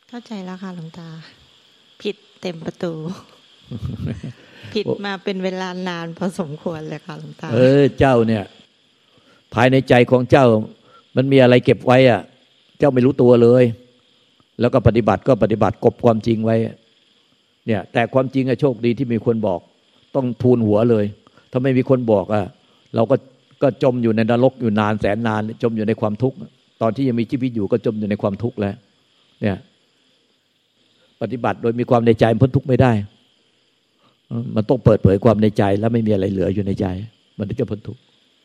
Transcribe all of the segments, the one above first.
เข้าใจแล้วค่ะหลวงตาผิดเต็มประตู ผิดมาเป็นเวลานานพอสมควรเลยค่ะหลวงตาเจ้าเนี่ยภายในใจของเจ้ามันมีอะไรเก็บไว้อ่ะเจ้าไม่รู้ตัวเลยแล้วก็ปฏิบัติกบความจริงไว้เนี่ยแต่ความจริงอะโชคดีที่มีคนบอกต้องทูลหัวเลยถ้าไม่มีคนบอกอะเราก็จมอยู่ในนรกอยู่นานแสนนานจมอยู่ในความทุกข์ตอนที่ยังมีชีวิตอยู่ก็จมอยู่ในความทุกข์แล้วเนี่ยปฏิบัติโดยมีความในใจพ้นทุกข์ไม่ได้มันต้องเปิดเผยความในใจแล้วไม่มีอะไรเหลืออยู่ในใจมันถึงจะพ้นทุกข์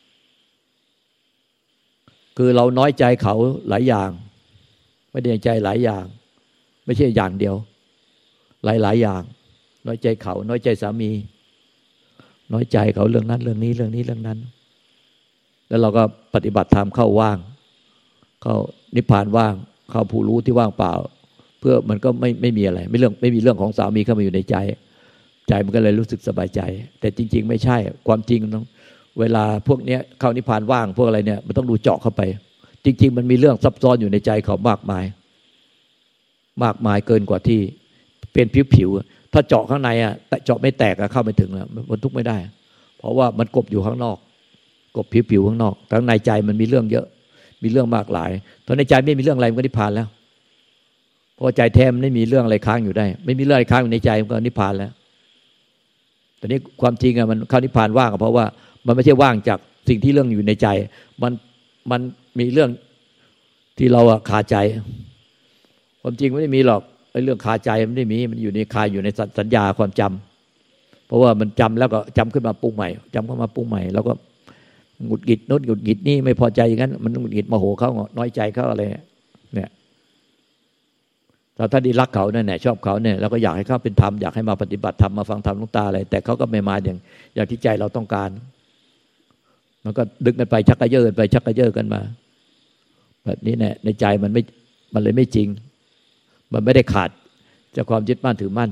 คือเราน้อยใจเขาหลายอย่างไม่ได้ใจหลายอย่างไม่ใช่อย่างเดียวหลายอย่างน้อยใจเขาน้อยใจสามีน้อยใจเขาเรื่องนั้นเรื่องนี้เรื่องนั้นแล้วเราก็ปฏิบัติธรรมเข้าว่างเข้านิพพานว่างเข้าผู้รู้ที่ว่างเปล่าเพื่อมันก็ไม่มีอะไรไม่มีเรื่องของสามีเข้ามาอยู่ในใจมันก็เลยรู้สึกสบายใจแต่จริงๆไม่ใช่ความจริงต้องเวลาพวกนี้เข้านิพพานว่างพวกอะไรเนี่ยมันต้องดูเจาะเข้าไปจริงๆมันมีเรื่องซับซ้อนอยู่ในใจเขามากมายเกินกว่าที่เป็นผิวถ้าเจาะข้างในอ่ะแต่เจาะไม่แตกเข้าไม่ถึงแล้วมันทุกข์ไม่ได้เพราะว่ามันกบอยู่ข้างนอกกบผิวข้างนอกแต่ในใจมันมีเรื่องเยอะมีเรื่องมากหลายถ้าในใจไม่มีเรื่องอะไรมันก็นิพพานแล้วเพราะใจแท้มันไม่มีเรื่องอะไรค้างอยู่ได้ไม่มีเรื่องอะไรค้างอยู่ในใจมันก็นิพพานแล้วตอนนี้ความจริงอ่ะมันเข้านิพพานว่างเพราะว่ามันไม่ใช่ว่างจากสิ่งที่เรื่องอยู่ในใจมันมีเรื่องที่เราคาใจความจริงไม่ได้มีหรอกไอ้เรื่องคาใจมันไม่ได้มีมันอยู่ในคาอยู่ในสัญญาความจำเพราะว่ามันจำแล้วก็จำขึ้นมาปรุงใหม่แล้วก็หงุดหงิดโน้นหงุดหงิดนี่ไม่พอใจอย่างนั้นมันหงุดหงิดโมโหเขาน้อยใจเขาอะไรเนี่ยถ้าดีรักเขาเนี่ยชอบเขาเนี่ยเราก็อยากให้เขาเป็นธรรมอยากให้มาปฏิบัติธรรมมาฟังธรรมหลวงตาอะไรแต่เขาก็ไม่มาอย่างที่ใจเราต้องการมันก็ดึงกันไปชักกระเยาะกันมาแบบนี้เนี่ยในใจมันเลยไม่จริงมันไม่ได้ขาดจากความยึดมั่นถือมั่น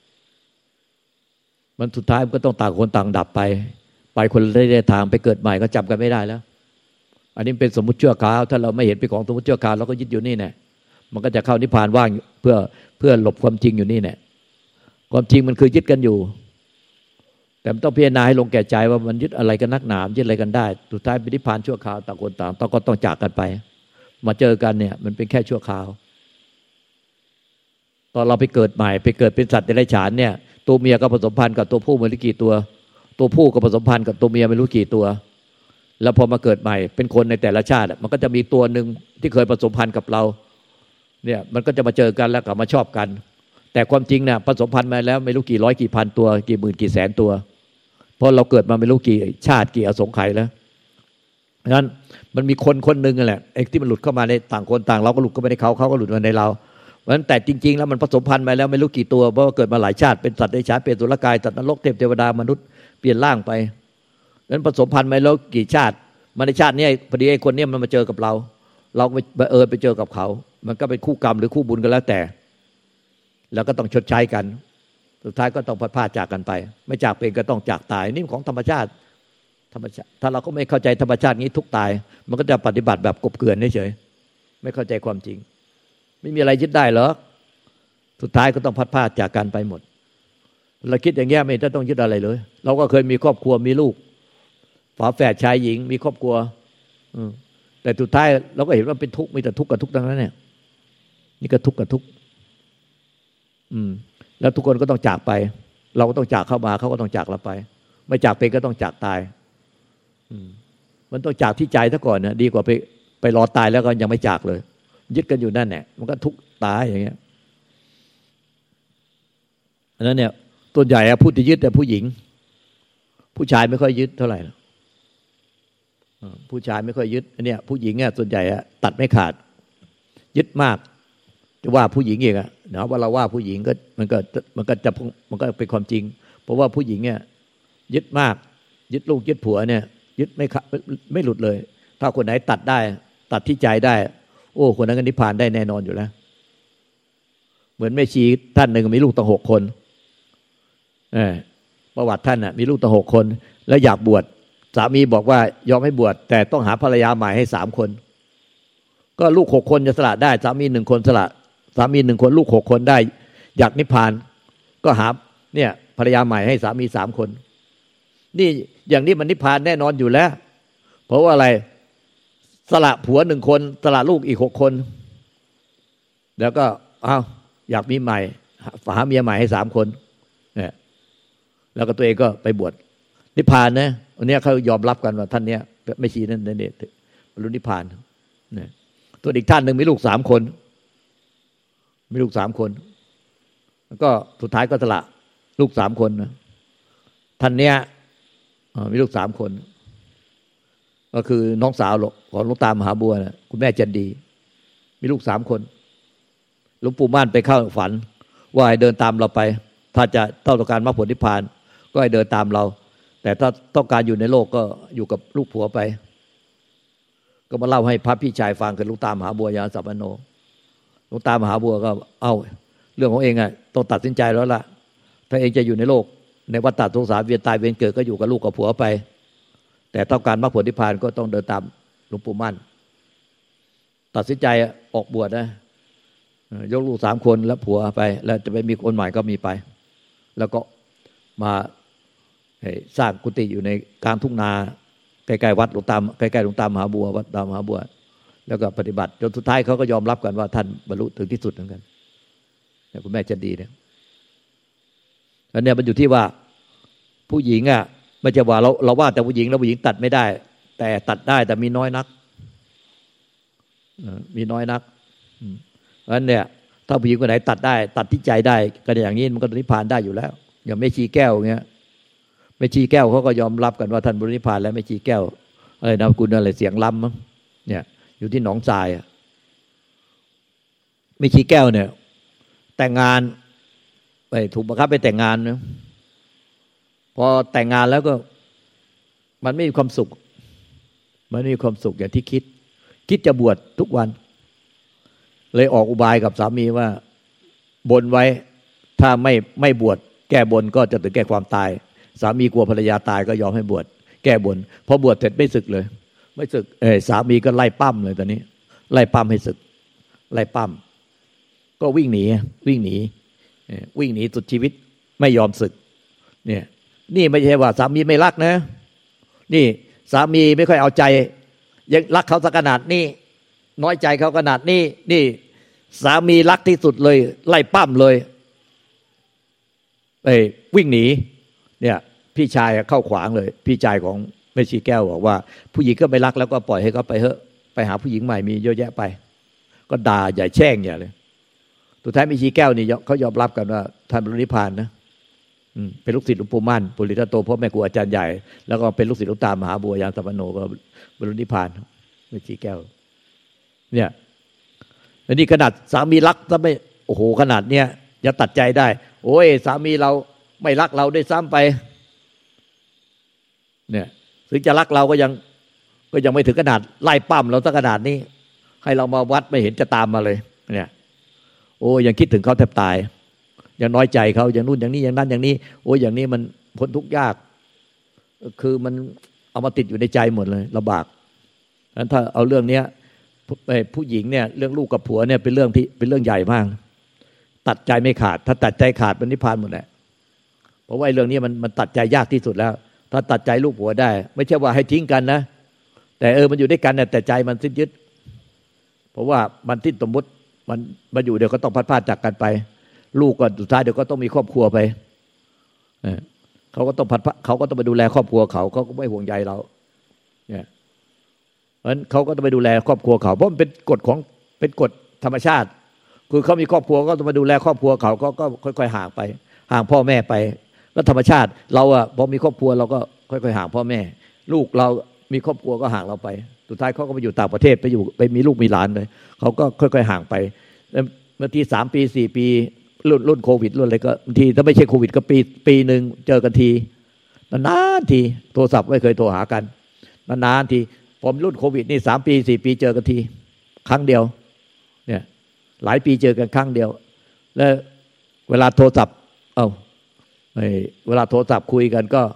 มันสุดท้ายมันก็ต้องต่างคนต่างดับไปคนละทางไปเกิดใหม่ก็จำกันไม่ได้แล้วอันนี้เป็นสมมุติชั่วคราวถ้าเราไม่เห็นเป็นของสมมุติชั่วคราวเราก็ยึดอยู่นี่แน่มันก็จะเข้านิพพานว่างเพื่อหลบความจริงอยู่นี่แน่ความจริงมันคือยึดกันอยู่แต่มันต้องพิจารณาให้ลงแก่ใจว่ามันยึดอะไรกันนักหนายึดอะไรกันได้สุดท้ายเป็นนิพพานชั่วคราวต่างคนต่างก็ต้องจากกันไปมาเจอกันเนี่ยมันเป็นแค่ชั่วคราวตอนเราไปเกิดใหม่ไปเกิดเป็นสัตว์เดรัจฉานเนี่ยตัวเมียก็ผสมพันธุ์กับตัวผู้ไม่รู้กี่ตัวผู้ก็ผสมพันธุ์กับตัวเมียไม่รู้กี่ตัวแล้วพอมาเกิดใหม่เป็นคนในแต่ละชาติมันก็จะมีตัวนึงที่เคยผสมพันธุ์กับเราเนี่ยมันก็จะมาเจอกันแล้วก็มาชอบกันแต่ความจริงเนี่ยผสมพันธุ์มาแล้วไม่รู้กี่ร้อยกี่พันตัวกี่หมื่นกี่แสนตัวเพราะเราเกิดมาไม่รู้กี่ชาติกี่อสงไขยแล้วงั้นมันมีคนนึงนั่นแหละไอ้ที่มันหลุดเข้ามาในต่างคนต่างเราก็หลุดเข้าไปในเขาก็หลุดมาในเราเพราะฉะนั้นแต่จริงๆแล้วมันผสมพันธุ์มาแล้วไม่รู้กี่ตัวเพราะว่าเกิดมาหลายชาติเป็นสัตว์เดรัจฉานเป็นสุรกายสัตว์นรกเทพเทวดามนุษย์เปลี่ยนร่างไปนั้นผสมพันธุ์มาแล้วกี่ชาติมาในชาตินี้พอดีไอ้คนนี้มันมาเจอกับเราไปเจอกับเขามันก็เป็นคู่กรรมหรือคู่บุญกันแล้วแต่แล้วก็ต้องชดใช้กันสุดท้ายก็ต้องพัดพรากจากกันไปไม่จากเป็นก็ต้องจากตายนี่ของธรรมชาติถ้าเราก็ไม่เข้าใจธรรมชาตินี้ทุกตายมันก็จะปฏิบัติแบบกบเกลื่อนเฉยไม่เข้าใจความจริงไม่มีอะไรยึดได้หรอกสุดท้ายก็ต้องพัดพรากจากกันไปหมดเราคิดอย่างเงี้ยไม่ต้องยึดอะไรเลยเราก็เคยมีครอบครัวมีลูกฝาแฝดชายหญิงมีครอบครัวแต่สุดท้ายเราก็เห็นว่าเป็นทุกข์มีแต่ทุกข์กับทุกข์ทั้งนั้นเนี่ยนี่ก็ทุกข์กับทุกข์แล้วทุกคนก็ต้องจากไปเราก็ต้องจากเข้ามาเขาก็ต้องจากเราไปไม่จากเป็นก็ต้องจากตายมันต้องจากที่ใจซะก่อนนะดีกว่าไปรอตายแล้วก็ยังไม่จากเลยยึดกันอยู่นั่นแหละมันก็ทุกข์ตายอย่างเงี้ยอันนั้นเนี่ยตัวใหญ่พูดจะยึดแต่ผู้หญิงผู้ชายไม่ค่อยยึดเท่าไหร่ผู้ชายไม่ค่อยยึดอันเนี้ยผู้หญิงส่วนใหญ่ตัดไม่ขาดยึดมากจะว่าผู้หญิงเองนะว่าเราว่าผู้หญิงก็มันก็เป็นความจริงเพราะว่าผู้หญิงยึดมากยึดลูกยึดผัวเนี่ยยึดไม่หลุดเลยถ้าคนไหนตัดได้ตัดที่ใจได้โอ้คนนั้นก็นิพพานได้แน่นอนอยู่แล้วเหมือนแม่ชีท่านหนึ่งมีลูกตั้ง6 คนประวัติท่านมีลูกตั้ง6 คนแล้วอยากบวชสามีบอกว่ายอมให้บวชแต่ต้องหาภรรยาใหม่ให้3 คนก็ลูก6 คนจะสละได้สามี1 คนสสามี1คนลูก6คนได้อยากนิพพานก็หาเนี่ยภรรยาใหม่ให้สามี3คนนี่อย่างนี้มันนิพพานแน่นอนอยู่แล้วเพราะว่าอะไรสละผัว1คนสละลูกอีก6คนแล้วก็อยากมีใหม่หาเมียใหม่ให้3คนเนี่ยแล้วก็ตัวเองก็ไปบวชนิพพานนะอันนี้เขายอมรับกันว่าท่านเนี้ยไม่ชีนั่นเนี่ยบรรลุนิพพานเนี่ยตัวอีกท่านหนึ่งมีลูก3คนมีลูก3คนแล้วก็สุดท้ายก็สละลูก3คนนะท่านเนี้ยมีลูก3คนก็คือน้องสาวของหลวงตามหาบัวนะคุณแม่จันดีมีลูก3คนหลวงปู่ม่านไปเข้าฝันว่าให้เดินตามเราไปถ้าจะต้องการมรรคผลนิพพานก็ให้เดินตามเราแต่ถ้าต้องการอยู่ในโลกก็อยู่กับลูกผัวไปก็มาเล่าให้พระพี่ชายฟังคือหลวงตามหาบัวยานสัมปันโนหลวงตามหาบัวก็เรื่องของเองต้องตัดสินใจแล้วล่ะถ้าเองจะอยู่ในโลกในวัฏฏะสงสารเวียนตายเวียนเกิดก็อยู่กับลูกกับผัวไปแต่ต้องการมรรคผลนิพพานก็ต้องเดินตามหลวงปู่มั่นตัดสินใจออกบวชนะยกลูก3คนแล้วผัวไปแล้วจะไปมีคนใหม่ก็มีไปแล้วก็มาสร้างกุฏิอยู่ในกลางทุ่งนาใกล้ๆวัดหลวงตามใกล้ๆหลวงตามหาบัววัดตามหาบัวแล้วก็ปฏิบัติจนสุดท้ายเขาก็ยอมรับกันว่าท่านบรรลุถึงที่สุดเหมือนกันคุณแม่จันดีเนี่ยอันนี้มันอยู่ที่ว่าผู้หญิงไม่ใช่ว่าเราว่าแต่ผู้หญิงแล้วผู้หญิงตัดไม่ได้แต่ตัดได้แต่มีน้อยนักมีน้อยนักเพราะฉะนั้นเนี่ยถ้าผู้หญิงคนไหนตัดได้ตัดที่ใจได้ก็อย่างนี้มันก็นิพพานได้อยู่แล้วอย่างแม่ชีแก้วเงี้ยแม่ชีแก้วเขาก็ยอมรับกันว่าท่านบรรลุนิพพานแล้วแม่ชีแก้วอะไรนามสกุลอะไรเสียงล้ำมั้งเนี่ยอยู่ที่หนองทรายแม่ชีแก้วเนี่ยแต่งงานไปถูกบังคับไปแต่งงานนะพอแต่งงานแล้วก็มันไม่มีความสุขมันไม่มีความสุขอย่างที่คิดจะบวชทุกวันเลยออกอุบายกับสามีว่าบนไว้ถ้าไม่บวชแก้บนก็จะถึงแก่ความตายสามีกลัวภรรยาตายก็ยอมให้บวชแก้บนพอบวชเสร็จไม่สึกเลยไม่สึกสามีก็ไล่ปั้มเลยตอนนี้ไล่ปั้มให้สึกไล่ปั้มก็วิ่งหนีวิ่งหนีสุดชีวิตไม่ยอมสึกเนี่ยนี่ไม่ใช่ว่าสามีไม่รักนะนี่สามีไม่ค่อยเอาใจยังรักเขาสักขนาดนี้น้อยใจเขาขนาดนี้นี่สามีรักที่สุดเลยไล่ปั้มเลยวิ่งหนีเนี่ยพี่ชายเข้าขวางเลยพี่ชายของแม่ชีแก้วบอกว่าผู้หญิงก็ไม่รักแล้วก็ปล่อยให้เขาไปเถอะไปหาผู้หญิงใหม่มีเยอะแยะไปก็ด่าใหญ่แช่งใหญ่เลยสุดท้ายแม่ชีแก้วนี่เขายอมรับกันว่าท่านบรรลุนิพพานนะเป็นลูกศิษย์หลวงปู่มั่นปุริทัตโตพ่อแม่ครูอาจารย์ใหญ่แล้วก็เป็นลูกศิษย์หลวงตามหาบัวยานสัมปันโนก็บรรลุนิพพานแม่ชีแก้วเนี่ยอันนี้ขนาดสามีรักจะไม่โอ้โหขนาดเนี้ยจะตัดใจได้โอ้ยสามีเราไม่รักเราได้ซ้ำไปเนี่ยถึงจะรักเราก็ยังไม่ถึงขนาดไล่ปั้มเราสักขนาดนี้ให้เรามาวัดไม่เห็นจะตามมาเลยเนี่ยโอ้ยังคิดถึงเขาแทบตายยังน้อยใจเขาอย่างนู่นอย่างนี้อย่างนั้นอย่างนี้โอ้อย่างนี้มันพ้นทุกข์ยากคือมันเอามาติดอยู่ในใจหมดเลยลำบากงั้นถ้าเอาเรื่องเนี้ยผู้หญิงเนี่ยเรื่องลูกกับผัวเนี่ยเป็นเรื่องใหญ่มากตัดใจไม่ขาดถ้าตัดใจขาดมันนิพพานหมดแหละเพราะว่าเรื่องนี้มันตัดใจยากที่สุดแล้วถ้าตัดใจลูกผัวได้ไม่ใช่ว่าให้ทิ้งกันนะแต่มันอยู่ด้วยกันแต่ใจมันสิ้นยึดเพราะว่ามันสิ้นสมมติมันมาอยู่เดี๋ยวก็ต้องพัดพรากจากกันไปลูกก็สุดท้ายเดี๋ยวก็ต้องมีครอบครัวไปเขาก็ต้องไปดูแลครอบครัวเขาก็ไม่ห่วงใยเราเนี่ยเพราะฉะนั้นเขาก็ต้องไปดูแลครอบครัวเขาเพราะมันเป็นกฎธรรมชาติคือเขามีครอบครัวก็ต้องมาดูแลครอบครัวเขาก็ค่อยๆห่างไปห่างพ่อแม่ไปแล้วธรรมชาติเราพอมีครอบครัวเราก็ค่อยๆห่างพ่อแม่ลูกเรามีครอบครัวก็ห่างเราไปสุดท้ายเขาก็ไปอยู่ต่างประเทศไปมีลูกมีหลานเลยเขาก็ค่อยๆห่างไปบางที3 ปี4 ปีรุ่นโควิดรุ่นอะไรก็บางทีถ้าไม่ใช่โควิดก็ปีนึงเจอกันทีนานๆทีโทรศัพท์ไม่เคยโทรหากันนานๆทีผมรุ่นโควิดนี่3 ปี4 ปีเจอกันทีครั้งเดียวเนี่ยหลายปีเจอกันครั้งเดียวแล้วเวลาโทรศัพท์เวลาโทรศัพท์คุยกันก็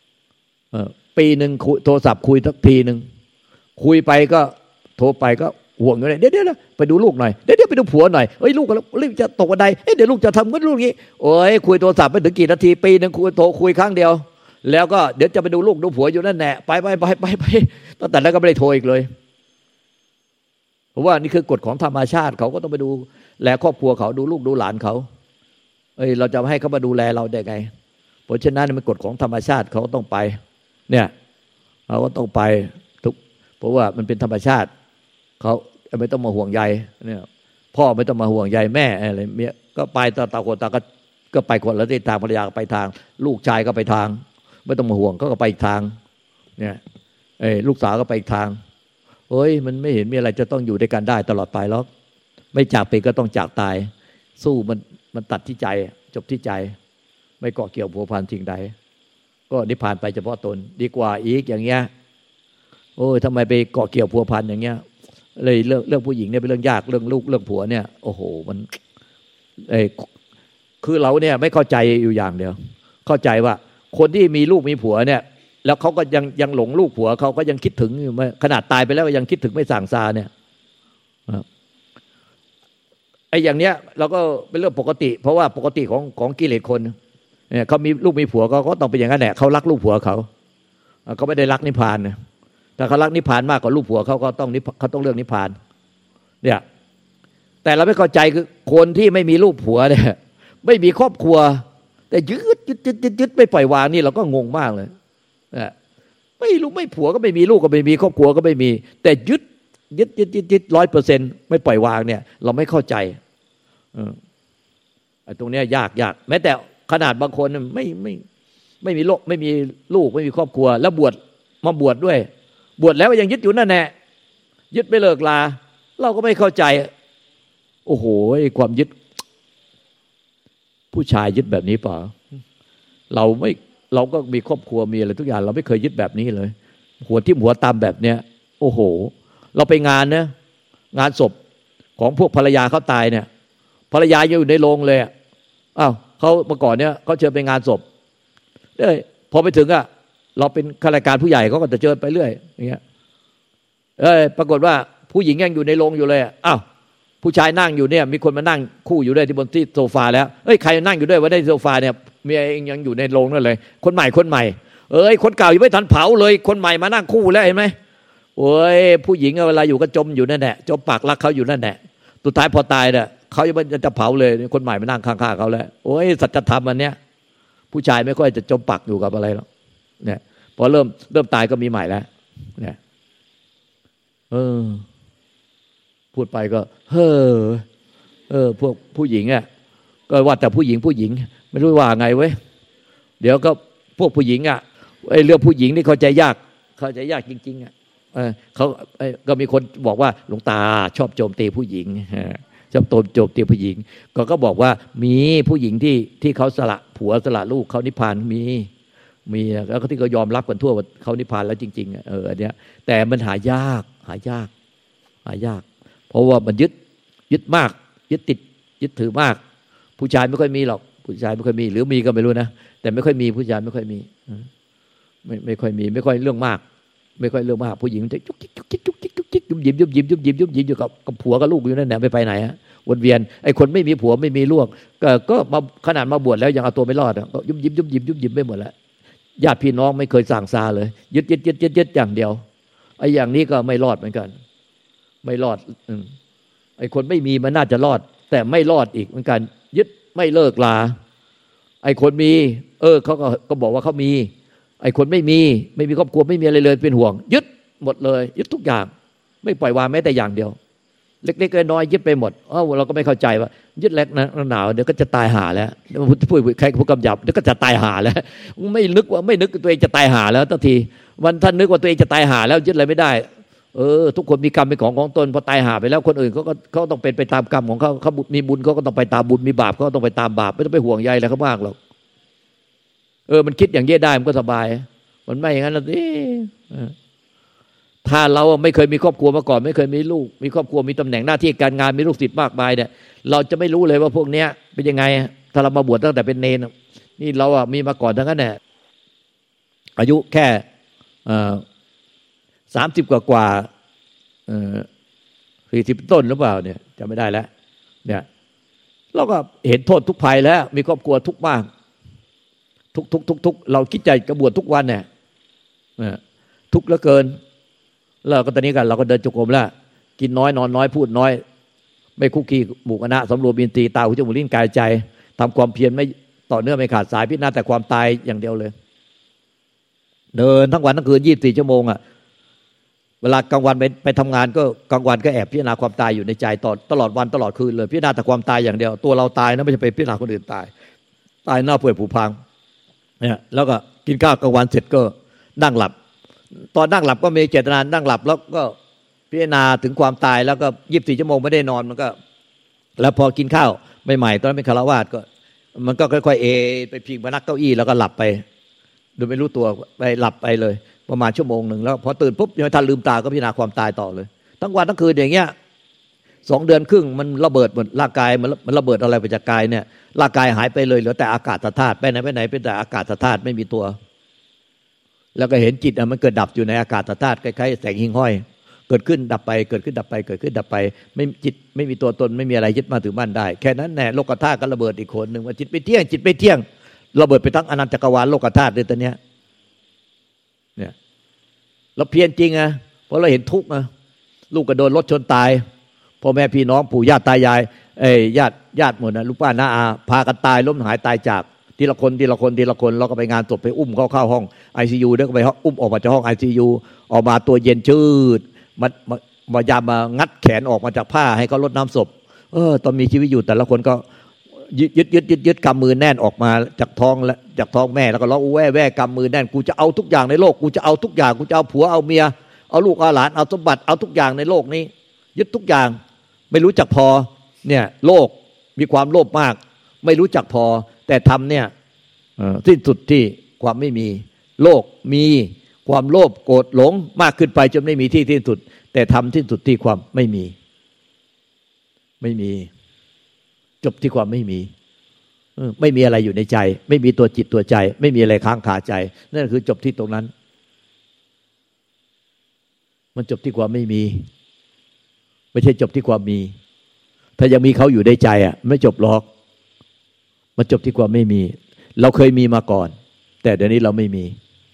ปีนึงโทรศัพท์คุยสักทีนึงคุยไปก็โทรไปก็ห่วงอยู่เลยเดี๋ยวไปดูลูกหน่อยเดี๋ยวไปดูผัวหน่อยเอ้ยลูกรีบจะตกบันไดเดี๋ยวลูกจะทำงั้นลูกนี้โอ้ยคุยโทรศัพท์ไปถึงกี่นาทีปีนึงคุยครั้งเดียวแล้วก็เดี๋ยวจะไปดูลูกดูผัวอยู่นั่นแหละไปตั้งแต่นั้นก็ไม่ได้โทรอีกเลยเพราะว่านี่คือกฎของธรรมชาติเขาก็ต้องไปดูแลครอบครัวเขาดูลูกดูหลานเขาเราจะให้เขามาดูแลเราได้ไงเพราะฉะนั้นมันกฎของธรรมชาติเขาต้องไปเนี่ยเขาก็ต้องไปทุกเพราะว่ามันเป็นธรรมชาติเขาไม่ต้องมาห่วงใยเนี่ยพ่อไม่ต้องมาห่วงใยแม่อะไรเมียก็ไปต่างคนต่างก็ไปคนละทิศทางภรรยาก็ไปทางลูกชายก็ไปทางไม่ต้องมาห่วงเขาก็ไปอีกทางเนี่ยลูกสาวก็ไปอีกทางเฮ้ยมันไม่เห็นมีอะไรจะต้องอยู่ด้วยกันได้ตลอดไปหรอกไม่จากไปก็ต้องจากตายสู้มันตัดที่ใจจบที่ใจไม่เกาะเกี่ยวผัวพันสิ่งใดก็นิพพานไปเฉพาะตนดีกว่าอีกอย่างเงี้ยโอ้ยทำไมไปเกาะเกี่ยวผัวพันอย่างเงี้ยเลยเรื่องผู้หญิงเนี่ยเป็นเรื่องยากเรื่องลูกเรื่องผัวเนี่ยโอ้โหมันคือเราเนี่ยไม่เข้าใจอยู่อย่างเดียวเข้าใจว่าคนที่มีลูกมีผัวเนี่ยแล้วเขาก็ยังหลงลูกผัวเขาก็ยังคิดถึงอยู่ขนาดตายไปแล้วก็ยังคิดถึงไม่ส่างซาเนี่ยไอ้อย่างเนี้ยเราก็เป็นเรื่องปกติเพราะว่าปกติของกิเลสคนเนี่ยเขามีลูกมีผัวเขาก็ต้องเป็นอย่างนั้นแหละเขารักลูกผัวเขาไม่ได้รักนิพพานนะถ้าเขารักนิพพานมากกว่าลูกผัวเขาต้องเลือกนิพพานเนี่ยแต่เราไม่เข้าใจคือคนที่ไม่มีลูกผัวเนี่ยไม่มีครอบครัวแต่ยึดไม่ปล่อยวางนี่เราก็งงมากเลยไม่ลูกไม่ผัวก็ไม่มีลูกก็ไม่มีครอบครัวก็ไม่มีแต่ยึด 100% ไม่ปล่อยวางเนี่ยเราไม่เข้าใจตรงนี้ยากแม้แต่ขนาดบางคนไม่มีโลกไม่มีลูกไม่มีครอบครัวแล้วมาบวชด้วยบวชแล้วยังยึดอยู่นั่นแหละยึดไม่เลิกลาเราก็ไม่เข้าใจโอ้โหความยึดผู้ชายยึดแบบนี้เปล่าเราก็มีครอบครัวมีอะไรทุกอย่างเราไม่เคยยึดแบบนี้เลยหัวทิ่มหัวตามแบบเนี้ยโอ้โหเราไปงานนะงานศพของพวกภรรยาเขาตายเนี่ยภรรยาอยู่ในโรงเลยอ้าวเขาเมื่อก่อนเนี่ยเขาเชิญไปงานศพพอไปถึงเราเป็นข้าราชการผู้ใหญ่เขาก็จะเชิญไปเรื่อยอย่างเงี้ยปรากฏว่าผู้หญิงยังอยู่ในโรงอยู่เลยอ้าวผู้ชายนั่งอยู่เนี่ยมีคนมานั่งคู่อยู่ด้วยที่บนที่โซฟาแล้วใครนั่งอยู่ด้วยว่าได้โซฟาเนี่ยเมียเองยังอยู่ในโรงนั่นเลยคนใหม่คนเก่ายังไม่ทันเผาเลยคนใหม่มานั่งคู่แล้วเห็นไหมโอ้ยผู้หญิงเวลาอยู่ก็จมอยู่นั่นแหละจมปากรักเขาอยู่นั่นแหละสุดท้ายพอตายเนี่ยเขาจะเผาเลยคนใหม่มานั่งข้างๆเขาแล้วโอ้ยสัจธรรมอันเนี้ยผู้ชายไม่ค่อยจะจมปักอยู่กับอะไรหรอกเนี่ยพอเริ่มตายก็มีใหม่แล้วเนี่ยพูดไปก็พวกผู้หญิงก็ว่าแต่ผู้หญิงไม่รู้ว่าไงเว้ยเดี๋ยวก็พวกผู้หญิงเรื่องผู้หญิงนี่เข้าใจยากจริงๆเขาก็มีคนบอกว่าหลวงตาชอบโจมตีผู้หญิงชอบโจมตีผู้หญิงก็บอกว่ามีผู้หญิงที่เขาสละผัวสละลูกเขานิพพานมีแล้วก็ที่เขายอมรับกันทั่วว่าเขานิพพานแล้วจริงๆอันเนี้ยแต่มันหายากเพราะว่ามันยึดมากยึดติดยึดถือมากผู้ชายไม่ค่อยมีหรอกผู้ชายไม่ค่อยมีหรือมีก็ไม่รู้นะแต่ไม่ค่อยมีผู้ชายไม่ค่อยมีไม่ค่อยมีไม่ค่อยเรื่องมากไม่ค่อยเรื่องมากผู้หญิงจะจุกจิกยุ่มยิ้มอยู่กับผัวกับลูกอยู่นั่นแหละไม่ไปไหนฮะวนเวียนไอ้คนไม่มีผัวไม่มีลูกก็มาขนาดมาบวชแล้วยังเอาตัวไม่รอดก็ยุ่มยิ้มไม่หมดแล้วญาติพี่น้องไม่เคยสั่งซาเลยยึดอย่างเดียวไอ้อย่างนี้ก็ไม่รอดเหมือนกันไม่รอดไอ้คนไม่มีมันน่าจะรอดแต่ไม่รอดอีกเหมือนกันยึดไม่เลิกลาไอ้คนมีเขาก็บอกว่าเขามีไอ้คนไม่มีครอบครัวไม่มีอะไรเลยเป็นห่วงยึดหมดเลยยึดทุกอย่างไม่ปล่อยวางแม้แต่อย่างเดียวเล็กๆน้อยๆยึดไปหมดเราก็ไม่เข้าใจว่ายึดเล็กหนาวเดี๋ยวก็จะตายหาแล้วพูดใครพูดกำหยับเดี๋ยวก็จะตายหาแล้วไม่นึกตัวเองจะตายหาแล้วทันทีวันท่านนึกว่าตัวเองจะตายหาแล้วยึดอะไรไม่ได้ทุกคนมีกรรมเป็นของตนพอตายหาไปแล้วคนอื่นเขาต้องเป็นไปตามกรรมของเขามีบุญเขาก็ต้องไปตามบุญมีบาปเขาก็ต้องไปตามบาปไม่ต้องไปห่วงใยอะไรเขามากหรอกมันคิดอย่างนี้ได้มันก็สบายมันไม่อย่างนั้นนะสิถ้าเราไม่เคยมีครอบครัวมาก่อนไม่เคยมีลูกมีครอบครัวมีตำแหน่งหน้าที่การงานมีลูกศิษย์มากมายเนี่ยเราจะไม่รู้เลยว่าพวกเนี้ยเป็นยังไงถ้าเรามาบวชตั้งแต่เป็นเนรนี่เรามีมาก่อนทั้งนั้นแหละอายุแค่30 กว่า 40ต้นหรือเปล่าเนี่ยจำไม่ได้แล้วเนี่ยเราก็เห็นโทษทุกภัยแล้วมีครอบครัวทุกข์มากทุกเราคิดใจกระบวนทุกวันเนี่ยทุกข์เหลือเกินแล้วก็ตอนนี้กันเราก็เดินจงกรมแล้วกินน้อยนอนน้อยพูดน้อยไม่คุกคีหมู่คณะสำรวมอินทรีย์ตาหูจมูกลิ้นกายใจทำความเพียรไม่ต่อเนื่องไม่ขาดสายพิจารณาแต่ความตายอย่างเดียวเลยเดินทั้งวันทั้งคืน24ชั่วโมงอะเวลากลางวันไปทำงานก็กลางวันก็แอบพิจารณาความตายอยู่ในใจตลอดวันตลอดคืนเลยพิจารณาแต่ความตายอย่างเดียวตัวเราตายนะไม่ใช่ไปพิจารณาคนอื่นตายหน้าเปื่อยผุพังเนี่ยแล้วก็กินข้าวกลางวันเสร็จก็นั่งหลับตอนนั่งหลับก็มีเจตนานั่งหลับแล้วก็พิจารณาถึงความตายแล้วก็24ชั่วโมงไม่ได้นอนมันก็แล้วพอกินข้าวใหม่ๆตอนนั้นเป็นฆราวาสก็มันก็ค่อยๆไปพิงพนักเก้าอี้แล้วก็หลับไปโดยไม่รู้ตัวไปหลับไปเลยประมาณชั่วโมงนึงแล้วพอตื่นปุ๊บยังไม่ทันลืมตาก็พิจารณาความตายต่อเลยทั้งวันทั้งคืนอย่างเงี้ย2 เดือนครึ่งมันระเบิดหมดร่างกายมันระเบิดอะไรไปจากกายเนี่ยร่างกายหายไปเลยเหลือแต่อากาศธาตุไปไหนเป็นแต่อากาศธาตุไม่มีตัวแล้วก็เห็นจิตมันเกิดดับอยู่ในอากาศธาตุคล้ายๆแสงหิ่งห้อยเกิดขึ้นดับไปเกิดขึ้นดับไปเกิดขึ้นดับไปไม่จิตไม่มีตัวตนไม่มีอะไรยึดมาถือมั่นได้แค่นั้นแน่โลกธาตุก็ระเบิดอีกคนนึงว่าจิตไม่เที่ยงระเบิดไปทั้งอนันตจักรวาลโลกธาตุเลยตอนเนี้ยเนี่ยเราเพียรจริงอะเพราะเราเห็นทุกข์นะลูกก็โดนรถชนตายพ่อแม่พี่น้องปู่ย่าตายายญาติหมดนะลูกป้าน้าอาพากันตายล้มหายตายจากทีละคนเราก็ไปงานศพไปอุ้มเข้าห้อง ICU แล้วก็ไปอุ้มออกมาจากห้อง ICU ออกมาตัวเย็นชืดมายามมางัดแขนออกมาจากผ้าให้เขารดน้ำศพตอนมีชีวิตอยู่แต่ละคนก็ยึดกำมือแน่นออกมาจากท้องแม่แล้วก็ร้องแว่กำมือแน่นกูจะเอาทุกอย่างในโลกกูจะเอาทุกอย่างกูจะเอาผัวเอาเมียเอาลูกเอาหลานเอาสมบัติเอาทุกอย่างในโลกนี้ยึดทุกอย่างไม่รู้จักพอเนี่ยโลกมีความโลภมากไม่รู้จักพอแต่ธรรมเนี่ยสิ้นสุดที่ความไม่มีโลกมีความโลภโกรธหลงมากขึ้นไปจนไม่มีที่สิ้นสุดแต่ธรรมสิ้นสุดที่ความไม่มีจบที่ความไม่มีอะไรอยู่ในใจไม่มีตัวจิตตัวใจไม่มีอะไรค้างคาใจนั่นคือจบที่ตรงนั้นมันจบที่ความไม่มีไม่ใช่จบที่ความมีถ้ายังมีเขาอยู่ในใจอ่ะไม่จบหรอกมันจบที่ความไม่มีเราเคยมีมาก่อนแต่เดี๋ยวนี้เราไม่มี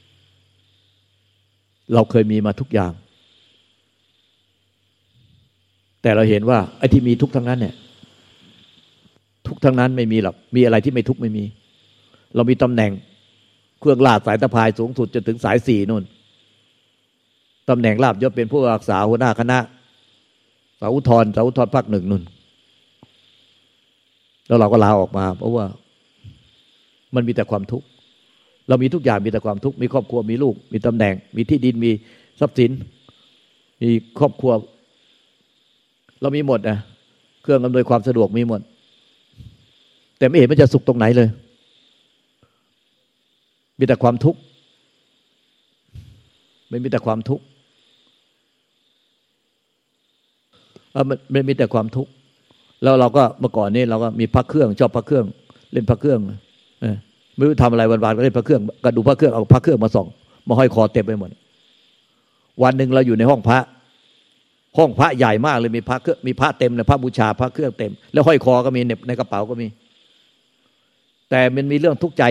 เราเคยมีมาทุกอย่างแต่เราเห็นว่าไอ้ที่มีทุกทั้งนั้นเนี่ยทุกทั้งนั้นไม่มีหรอกมีอะไรที่ไม่ทุกไม่มีเรามีตำแหน่งเครื่องลาดสายตะพายสูงสุดจนถึงสาย4นู่นตำแหน่งลาบยศเป็นผู้รักษาหัวหน้าคณะสาวุธรภาค 1นู่นแล้วเราก็ลาออกมาเพราะว่ามันมีแต่ความทุกข์เรามีทุกอย่างมีแต่ความทุกข์มีครอบครัวมีลูกมีตำแหน่งมีที่ดินมีทรัพย์สินมีครอบครัวเรามีหมดนะเครื่องอำนวยความสะดวกมีหมดแต่ไม่เห็นมันจะสุขตรงไหนเลยมีแต่ความทุกข์ไม่มีแต่ความทุกข์มันมีแต่ความทุกข์แล้วเราก็เมื่อก่อนนี้เราก็มีพระเครื่องชอบพระเครื่องเล่นพระเครื่องไม่รู้ทำอะไรวันๆก็เล่นพระเครื่องก็ดูพระเครื่องเอาพระเครื่องมาส่องมาห้อยคอเต็มไปหมดวันหนึ่งเราอยู่ในห้องพระใหญ่มากเลยมีพระเครื่องมีพระเต็มเลยพระบูชาพระเครื่องเต็มแล้วห้อยคอก็มีเหน็บในกระเป๋าก็มีแต่มันมีเรื่องทุกข์ใจ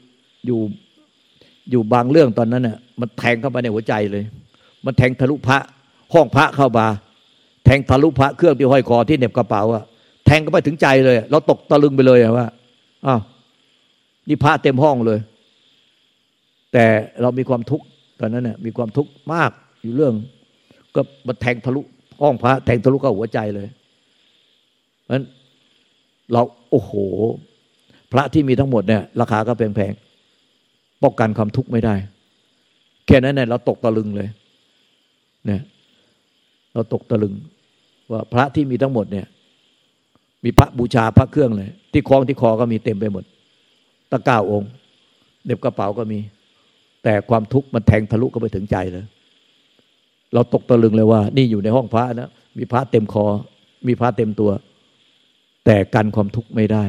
อยู่บางเรื่องตอนนั้นน่ะมันแทงเข้าไปในหัวใจเลยมันแทงทะลุพระห้องพระเข้ามาแทงทะลุพระเครื่องที่ห้อยคอที่เหน็บกระเป๋าอะแทงเข้าไปถึงใจเลยเราตกตะลึงไปเลยว่าอ้าวนี่พระเต็มห้องเลยแต่เรามีความทุกข์ตอนนั้นน่ะมีความทุกข์มากอยู่เรื่องก็มันแทงทะลุห้องพระแทงทะลุเข้าหัวใจเลยเพราะฉะนั้นเราโอ้โหพระที่มีทั้งหมดเนี่ยราคาก็แพงๆป้องกันความทุกข์ไม่ได้แค่นั้นเนี่ยเราตกตะลึงเลยเนี่ยเราตกตะลึงว่าพระที่มีทั้งหมดเนี่ยมีพระบูชาพระเครื่องเลยที่คล้องที่คอก็มีเต็มไปหมดตะ9 องค์เหน็บกระเป๋าก็มีแต่ความทุกข์มันแทงทะลุเข้าไปถึงใจเลยเราตกตะลึงเลยว่านี่อยู่ในห้องพระนะมีพระเต็มคอมีพระเต็มตัวแต่กันความทุกข์ไม่ได้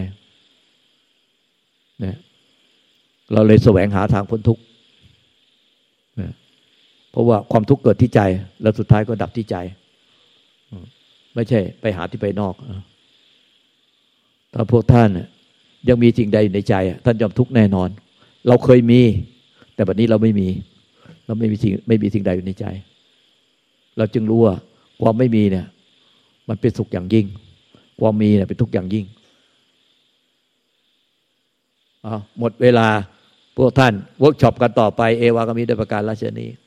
นะเราเลยแสวงหาทางพ้นทุกข์นะเพราะว่าความทุกข์เกิดที่ใจแล้วสุดท้ายก็ดับที่ใจไม่ใช่ไปหาที่ไปนอกถ้าพวกท่านยังมีสิ่งใดอยู่ในใจท่านยอมทุกข์แน่นอนเราเคยมีแต่บัดนี้เราไม่มีสิ่งใดอยู่ในใจเราจึงรู้ว่าความไม่มีเนี่ยมันเป็นสุขอย่างยิ่งความมีเนี่ยเป็นทุกข์อย่างยิ่งหมดเวลาพวกท่านเวิร์กช็อปกันต่อไปเอวาก็มีด้วยประการราชนี้